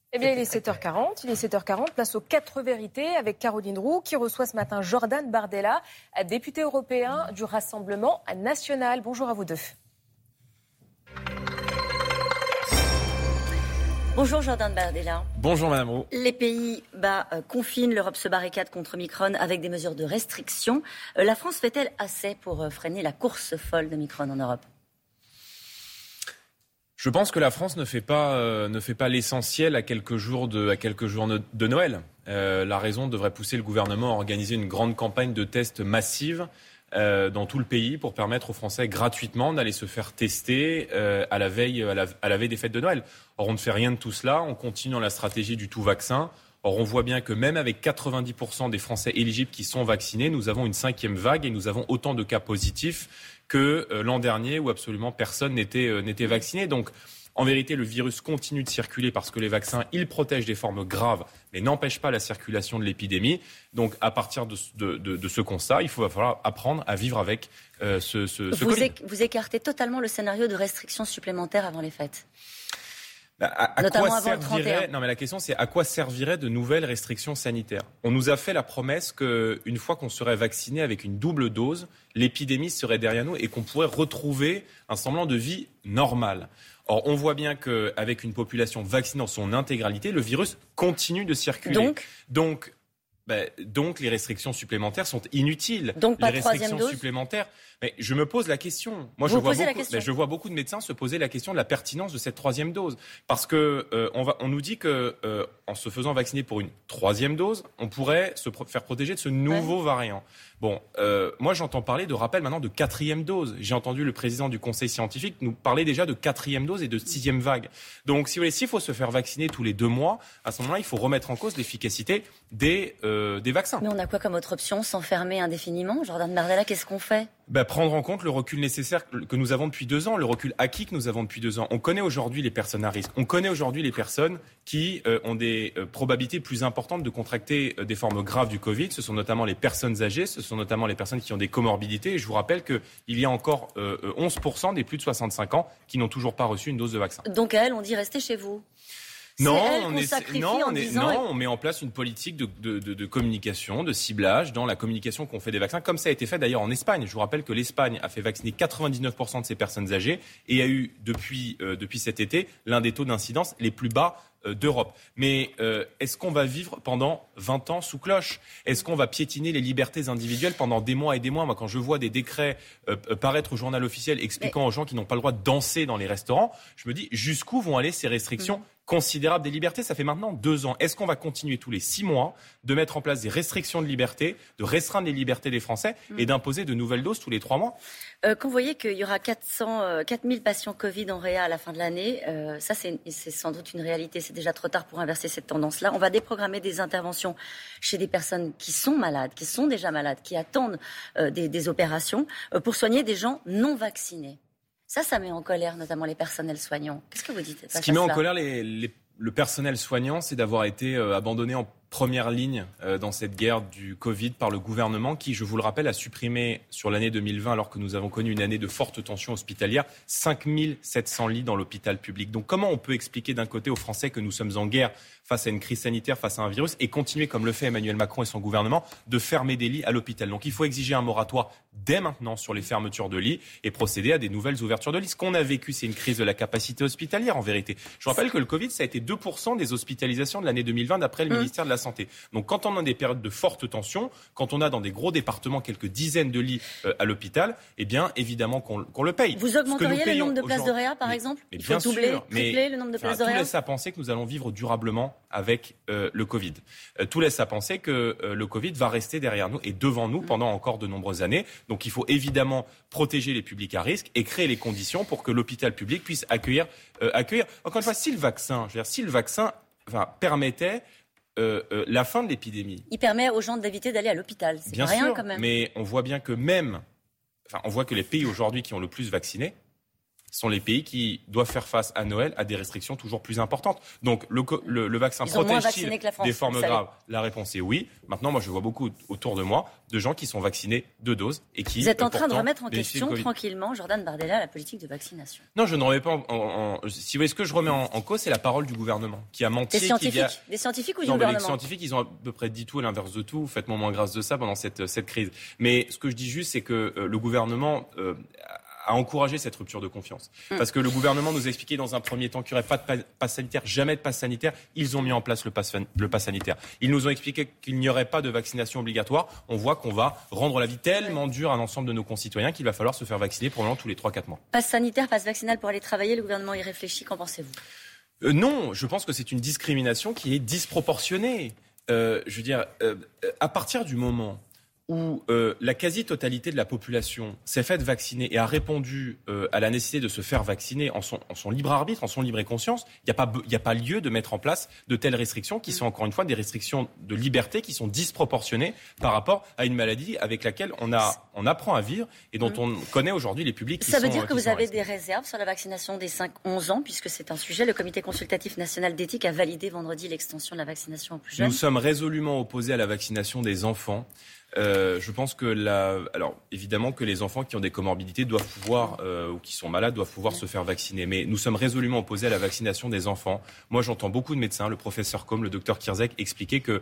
Eh bien, il est 7h40, place aux 4 vérités avec Caroline Roux qui reçoit ce matin Jordan Bardella, député européen du Rassemblement national. Bonjour à vous deux. Bonjour Jordan Bardella. Bonjour Madame Roux. Les Pays-Bas confinent, l'Europe se barricade contre Omicron avec des mesures de restriction. La France fait-elle assez pour freiner la course folle d'Omicron en Europe ? Je pense que la France ne fait pas l'essentiel à quelques jours de Noël. La raison devrait pousser le gouvernement à organiser une grande campagne de tests massive dans tout le pays pour permettre aux Français gratuitement d'aller se faire tester à la veille des fêtes de Noël. Or, on ne fait rien de tout cela. On continue dans la stratégie du tout vaccin. Or, on voit bien que même avec 90% des Français éligibles qui sont vaccinés, nous avons une 5e vague et nous avons autant de cas positifs que l'an dernier où absolument personne n'était vacciné. Donc, en vérité, le virus continue de circuler parce que les vaccins, ils protègent des formes graves, mais n'empêchent pas la circulation de l'épidémie. Donc, à partir de ce constat, va falloir apprendre à vivre avec ce Covid. Vous écartez totalement le scénario de restrictions supplémentaires avant les fêtes. Notamment avant le 31. Non, mais la question, c'est à quoi serviraient de nouvelles restrictions sanitaires ? On nous a fait la promesse qu'une fois qu'on serait vacciné avec une double dose, l'épidémie serait derrière nous et qu'on pourrait retrouver un semblant de vie normale. Or, on voit bien qu'avec une population vaccinée en son intégralité, le virus continue de circuler. Donc, les restrictions supplémentaires sont inutiles. Donc, pas les troisième restrictions dose supplémentaires. Mais je me pose la question. Moi, je vois beaucoup de médecins se poser la question de la pertinence de cette 3e dose. Parce que on nous dit que en se faisant vacciner pour une 3e dose, on pourrait se faire protéger de ce nouveau variant. Bon, moi j'entends parler de rappel maintenant de 4e dose. J'ai entendu le président du conseil scientifique nous parler déjà de 4e dose et de 6e vague. Donc si vous voulez, s'il faut se faire vacciner tous les 2 mois, à ce moment-là, il faut remettre en cause l'efficacité des vaccins. Mais on a quoi comme autre option ? S'enfermer indéfiniment ? Jordan Bardella, qu'est-ce qu'on fait ? Prendre en compte le recul nécessaire que nous avons depuis 2 ans, le recul acquis que nous avons depuis 2 ans. On connaît aujourd'hui les personnes à risque. On connaît aujourd'hui les personnes qui ont des probabilités plus importantes de contracter des formes graves du Covid. Ce sont notamment les personnes âgées, ce sont notamment les personnes qui ont des comorbidités. Et je vous rappelle qu'il y a encore 11% des plus de 65 ans qui n'ont toujours pas reçu une dose de vaccin. Donc à elles, on dit restez chez vous. On met en place une politique de communication, de ciblage dans la communication qu'on fait des vaccins, comme ça a été fait d'ailleurs en Espagne. Je vous rappelle que l'Espagne a fait vacciner 99% de ses personnes âgées et a eu depuis cet été l'un des taux d'incidence les plus bas d'Europe. Mais est-ce qu'on va vivre pendant 20 ans sous cloche ? Est-ce qu'on va piétiner les libertés individuelles pendant des mois et des mois ? Moi, quand je vois des décrets paraître au journal officiel expliquant aux gens qui n'ont pas le droit de danser dans les restaurants, je me dis jusqu'où vont aller ces restrictions considérable des libertés. Ça fait maintenant 2 ans. Est-ce qu'on va continuer tous les 6 mois de mettre en place des restrictions de liberté, de restreindre les libertés des Français et d'imposer de nouvelles doses tous les 3 mois ? Quand vous voyez qu'il y aura 4000 patients Covid en réa à la fin de l'année, ça c'est sans doute une réalité. C'est déjà trop tard pour inverser cette tendance-là. On va déprogrammer des interventions chez des personnes qui sont malades, qui sont déjà malades, qui attendent des opérations pour soigner des gens non vaccinés. Ça met en colère notamment les personnels soignants. Qu'est-ce que vous dites ? Ce qui met en colère le personnel soignant, c'est d'avoir été abandonné en première ligne dans cette guerre du Covid par le gouvernement qui, je vous le rappelle, a supprimé sur l'année 2020, alors que nous avons connu une année de forte tension hospitalière, 5700 lits dans l'hôpital public. Donc comment on peut expliquer d'un côté aux Français que nous sommes en guerre face à une crise sanitaire, face à un virus, et continuer, comme le fait Emmanuel Macron et son gouvernement, de fermer des lits à l'hôpital. Donc il faut exiger un moratoire dès maintenant sur les fermetures de lits et procéder à des nouvelles ouvertures de lits. Ce qu'on a vécu, c'est une crise de la capacité hospitalière, en vérité. Je vous rappelle que le Covid, ça a été 2% des hospitalisations de l'année 2020, d'après le ministère de la Santé. Donc quand on a des périodes de forte tension, quand on a dans des gros départements quelques dizaines de lits à l'hôpital, eh bien évidemment qu'on le paye. Vous augmenteriez le nombre de places de réa, par exemple ? Il faut tripler le nombre de places de réa ? Tout laisse à penser que nous allons vivre durablement avec le Covid. Tout laisse à penser que le Covid va rester derrière nous et devant nous pendant encore de nombreuses années. Donc il faut évidemment protéger les publics à risque et créer les conditions pour que l'hôpital public puisse accueillir. Encore une fois, si le vaccin permettait la fin de l'épidémie. Il permet aux gens d'éviter d'aller à l'hôpital. C'est bien pas rien sûr, quand même. Mais on voit bien que on voit que les pays aujourd'hui qui ont le plus vacciné, sont les pays qui doivent faire face à Noël à des restrictions toujours plus importantes. Donc le vaccin protège-t-il des formes graves ? La réponse est oui. Maintenant, moi je vois beaucoup autour de moi de gens qui sont vaccinés 2 doses et qui... Vous êtes en train de remettre en question tranquillement, Jordan Bardella, la politique de vaccination. Non, je ne remets pas si vous voulez, ce que je remets en cause, c'est la parole du gouvernement qui a menti. Des scientifiques ou du gouvernement ? Les scientifiques, ils ont à peu près dit tout et l'inverse de tout. Faites-moi moins grâce de ça pendant cette crise. Mais ce que je dis juste, c'est que le gouvernement a encouragé cette rupture de confiance. Parce que le gouvernement nous a expliqué dans un premier temps qu'il n'y aurait pas de passe sanitaire, jamais de passe sanitaire. Ils ont mis en place le passe sanitaire. Ils nous ont expliqué qu'il n'y aurait pas de vaccination obligatoire. On voit qu'on va rendre la vie tellement dure à l'ensemble de nos concitoyens qu'il va falloir se faire vacciner probablement tous les 3-4 mois. Passe sanitaire, passe vaccinal pour aller travailler, le gouvernement y réfléchit. Qu'en pensez-vous ? Non, je pense que c'est une discrimination qui est disproportionnée. Je veux dire, à partir du moment où la quasi-totalité de la population s'est faite vacciner et a répondu à la nécessité de se faire vacciner en son libre arbitre, en son libre et conscience, il n'y a pas lieu de mettre en place de telles restrictions qui sont encore une fois des restrictions de liberté qui sont disproportionnées par rapport à une maladie avec laquelle on apprend à vivre et dont on connaît aujourd'hui les publics qui sont... Ça veut dire que vous avez des réserves sur la vaccination des 5-11 ans, puisque c'est un sujet. Le Comité consultatif national d'éthique a validé vendredi l'extension de la vaccination aux plus jeunes. Nous sommes résolument opposés à la vaccination des enfants. Je pense que alors évidemment que les enfants qui ont des comorbidités doivent pouvoir ou qui sont malades doivent pouvoir se faire vacciner. Mais nous sommes résolument opposés à la vaccination des enfants. Moi, j'entends beaucoup de médecins, le professeur Combe, le docteur Kirzek, expliquer que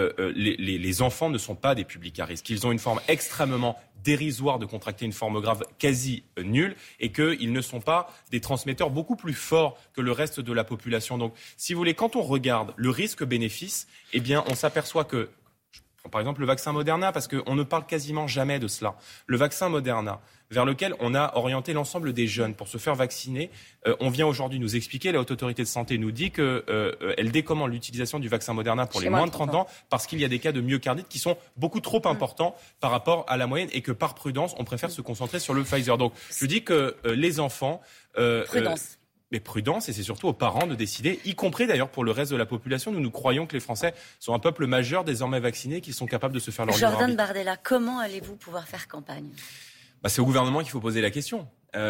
les enfants ne sont pas des publics à risque. Ils ont une forme extrêmement dérisoire de contracter une forme grave quasi nulle et qu'ils ne sont pas des transmetteurs beaucoup plus forts que le reste de la population. Donc, si vous voulez, quand on regarde le risque-bénéfice, eh bien, on s'aperçoit que par exemple, le vaccin Moderna, parce qu'on ne parle quasiment jamais de cela. Le vaccin Moderna, vers lequel on a orienté l'ensemble des jeunes pour se faire vacciner, on vient aujourd'hui nous expliquer, la Haute Autorité de Santé nous dit qu'elle décommande l'utilisation du vaccin Moderna pour les moins de 30 ans parce qu'il y a des cas de myocardite qui sont beaucoup trop importants par rapport à la moyenne et que par prudence, on préfère se concentrer sur le Pfizer. Donc, je dis que les enfants... Prudence. Mais prudence, et c'est surtout aux parents de décider, y compris d'ailleurs pour le reste de la population. Nous croyons que les Français sont un peuple majeur, désormais vacciné, qu'ils sont capables de se faire leur libre arbitre. Jordan Bardella, comment allez-vous pouvoir faire campagne ? C'est au gouvernement qu'il faut poser la question.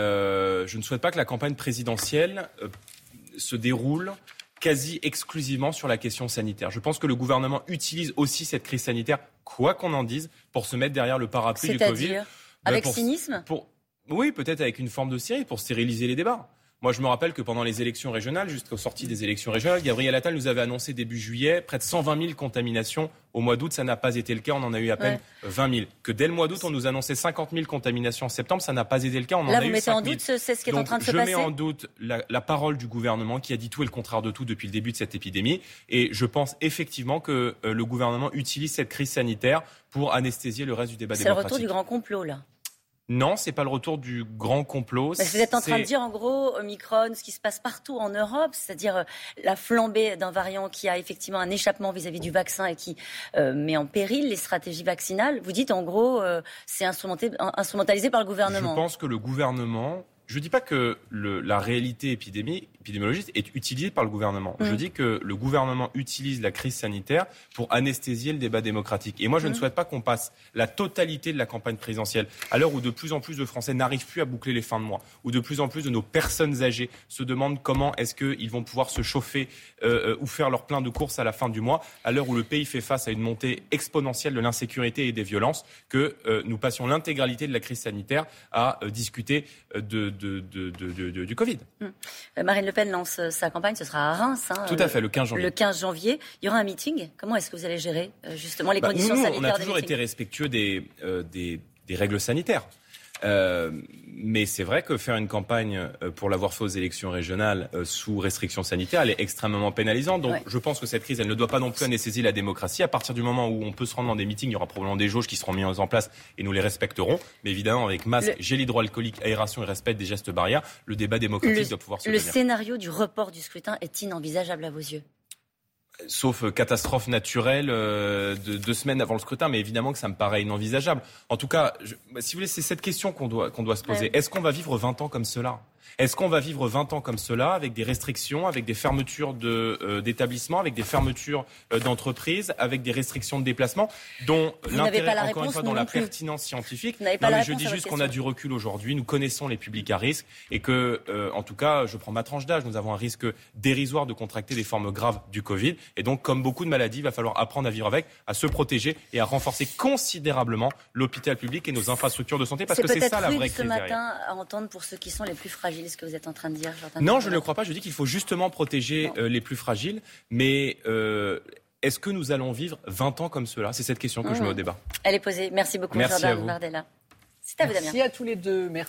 Je ne souhaite pas que la campagne présidentielle se déroule quasi exclusivement sur la question sanitaire. Je pense que le gouvernement utilise aussi cette crise sanitaire, quoi qu'on en dise, pour se mettre derrière le parapluie du Covid. C'est-à-dire avec cynisme ? Oui, peut-être avec une forme de série, pour stériliser les débats. Moi, je me rappelle que pendant les élections régionales, jusqu'aux sorties des élections régionales, Gabriel Attal nous avait annoncé début juillet près de 120 000 contaminations. Au mois d'août, ça n'a pas été le cas. On en a eu à peine 20 000. Que dès le mois d'août, on nous annonçait 50 000 contaminations en septembre. Ça n'a pas été le cas. On en a eu 5 000. Là, vous mettez en doute c'est ce qui est en train de se passer ? Je mets en doute la parole du gouvernement qui a dit tout et le contraire de tout depuis le début de cette épidémie. Et je pense effectivement que le gouvernement utilise cette crise sanitaire pour anesthésier le reste du débat démocratique. C'est le retour du grand complot, là ? Non, c'est pas le retour du grand complot. Vous êtes en train de dire, en gros, Omicron, ce qui se passe partout en Europe, c'est-à-dire la flambée d'un variant qui a effectivement un échappement vis-à-vis du vaccin et qui met en péril les stratégies vaccinales. Vous dites, en gros, c'est instrumentalisé par le gouvernement. Je pense que le gouvernement... Je ne dis pas que la réalité épidémiologique est utilisée par le gouvernement. Je dis que le gouvernement utilise la crise sanitaire pour anesthésier le débat démocratique. Et moi, je ne souhaite pas qu'on passe la totalité de la campagne présidentielle, à l'heure où de plus en plus de Français n'arrivent plus à boucler les fins de mois, où de plus en plus de nos personnes âgées se demandent comment est-ce qu'ils vont pouvoir se chauffer ou faire leur plein de courses à la fin du mois, à l'heure où le pays fait face à une montée exponentielle de l'insécurité et des violences, que nous passions l'intégralité de la crise sanitaire à discuter du Covid. Marine Le Pen lance sa campagne, ce sera à Reims. Tout à fait, le 15 janvier. Le 15 janvier. Il y aura un meeting. Comment est-ce que vous allez gérer justement les conditions sanitaires des meetings ? On a toujours été respectueux des règles sanitaires. Mais c'est vrai que faire une campagne pour l'avoir fait aux élections régionales sous restrictions sanitaires, elle est extrêmement pénalisante. Donc je pense que cette crise, elle ne doit pas non plus anesthésier la démocratie. À partir du moment où on peut se rendre dans des meetings, il y aura probablement des jauges qui seront mises en place et nous les respecterons. Mais évidemment, avec masque, gel hydroalcoolique, aération et respect des gestes barrières, le débat démocratique doit pouvoir se tenir. Le scénario du report du scrutin est inenvisageable à vos yeux ? Sauf catastrophe naturelle de 2 semaines avant le scrutin, mais évidemment que ça me paraît inenvisageable. En tout cas, si vous voulez, c'est cette question qu'on doit se poser. Est-ce qu'on va vivre 20 ans comme cela ? Est-ce qu'on va vivre 20 ans comme cela, avec des restrictions, avec des fermetures d'établissements, avec des fermetures d'entreprises, avec des restrictions de déplacement, dont l'intérêt, encore une fois, dans la pertinence scientifique. Je dis juste qu'on a du recul aujourd'hui, nous connaissons les publics à risque et que, en tout cas, je prends ma tranche d'âge, nous avons un risque dérisoire de contracter des formes graves du Covid. Et donc, comme beaucoup de maladies, il va falloir apprendre à vivre avec, à se protéger et à renforcer considérablement l'hôpital public et nos infrastructures de santé, parce que c'est ça la vraie crise ce matin derrière. à entendre pour ceux qui sont les plus fragiles, ce que vous êtes en train de dire, Jordan? Non, je ne le crois pas. Je dis qu'il faut justement protéger les plus fragiles. Mais est-ce que nous allons vivre 20 ans comme cela? C'est cette question que je mets au débat. Elle est posée. Merci beaucoup, Jordan Bardella. C'est à vous, Damien. Merci à tous les deux. Merci.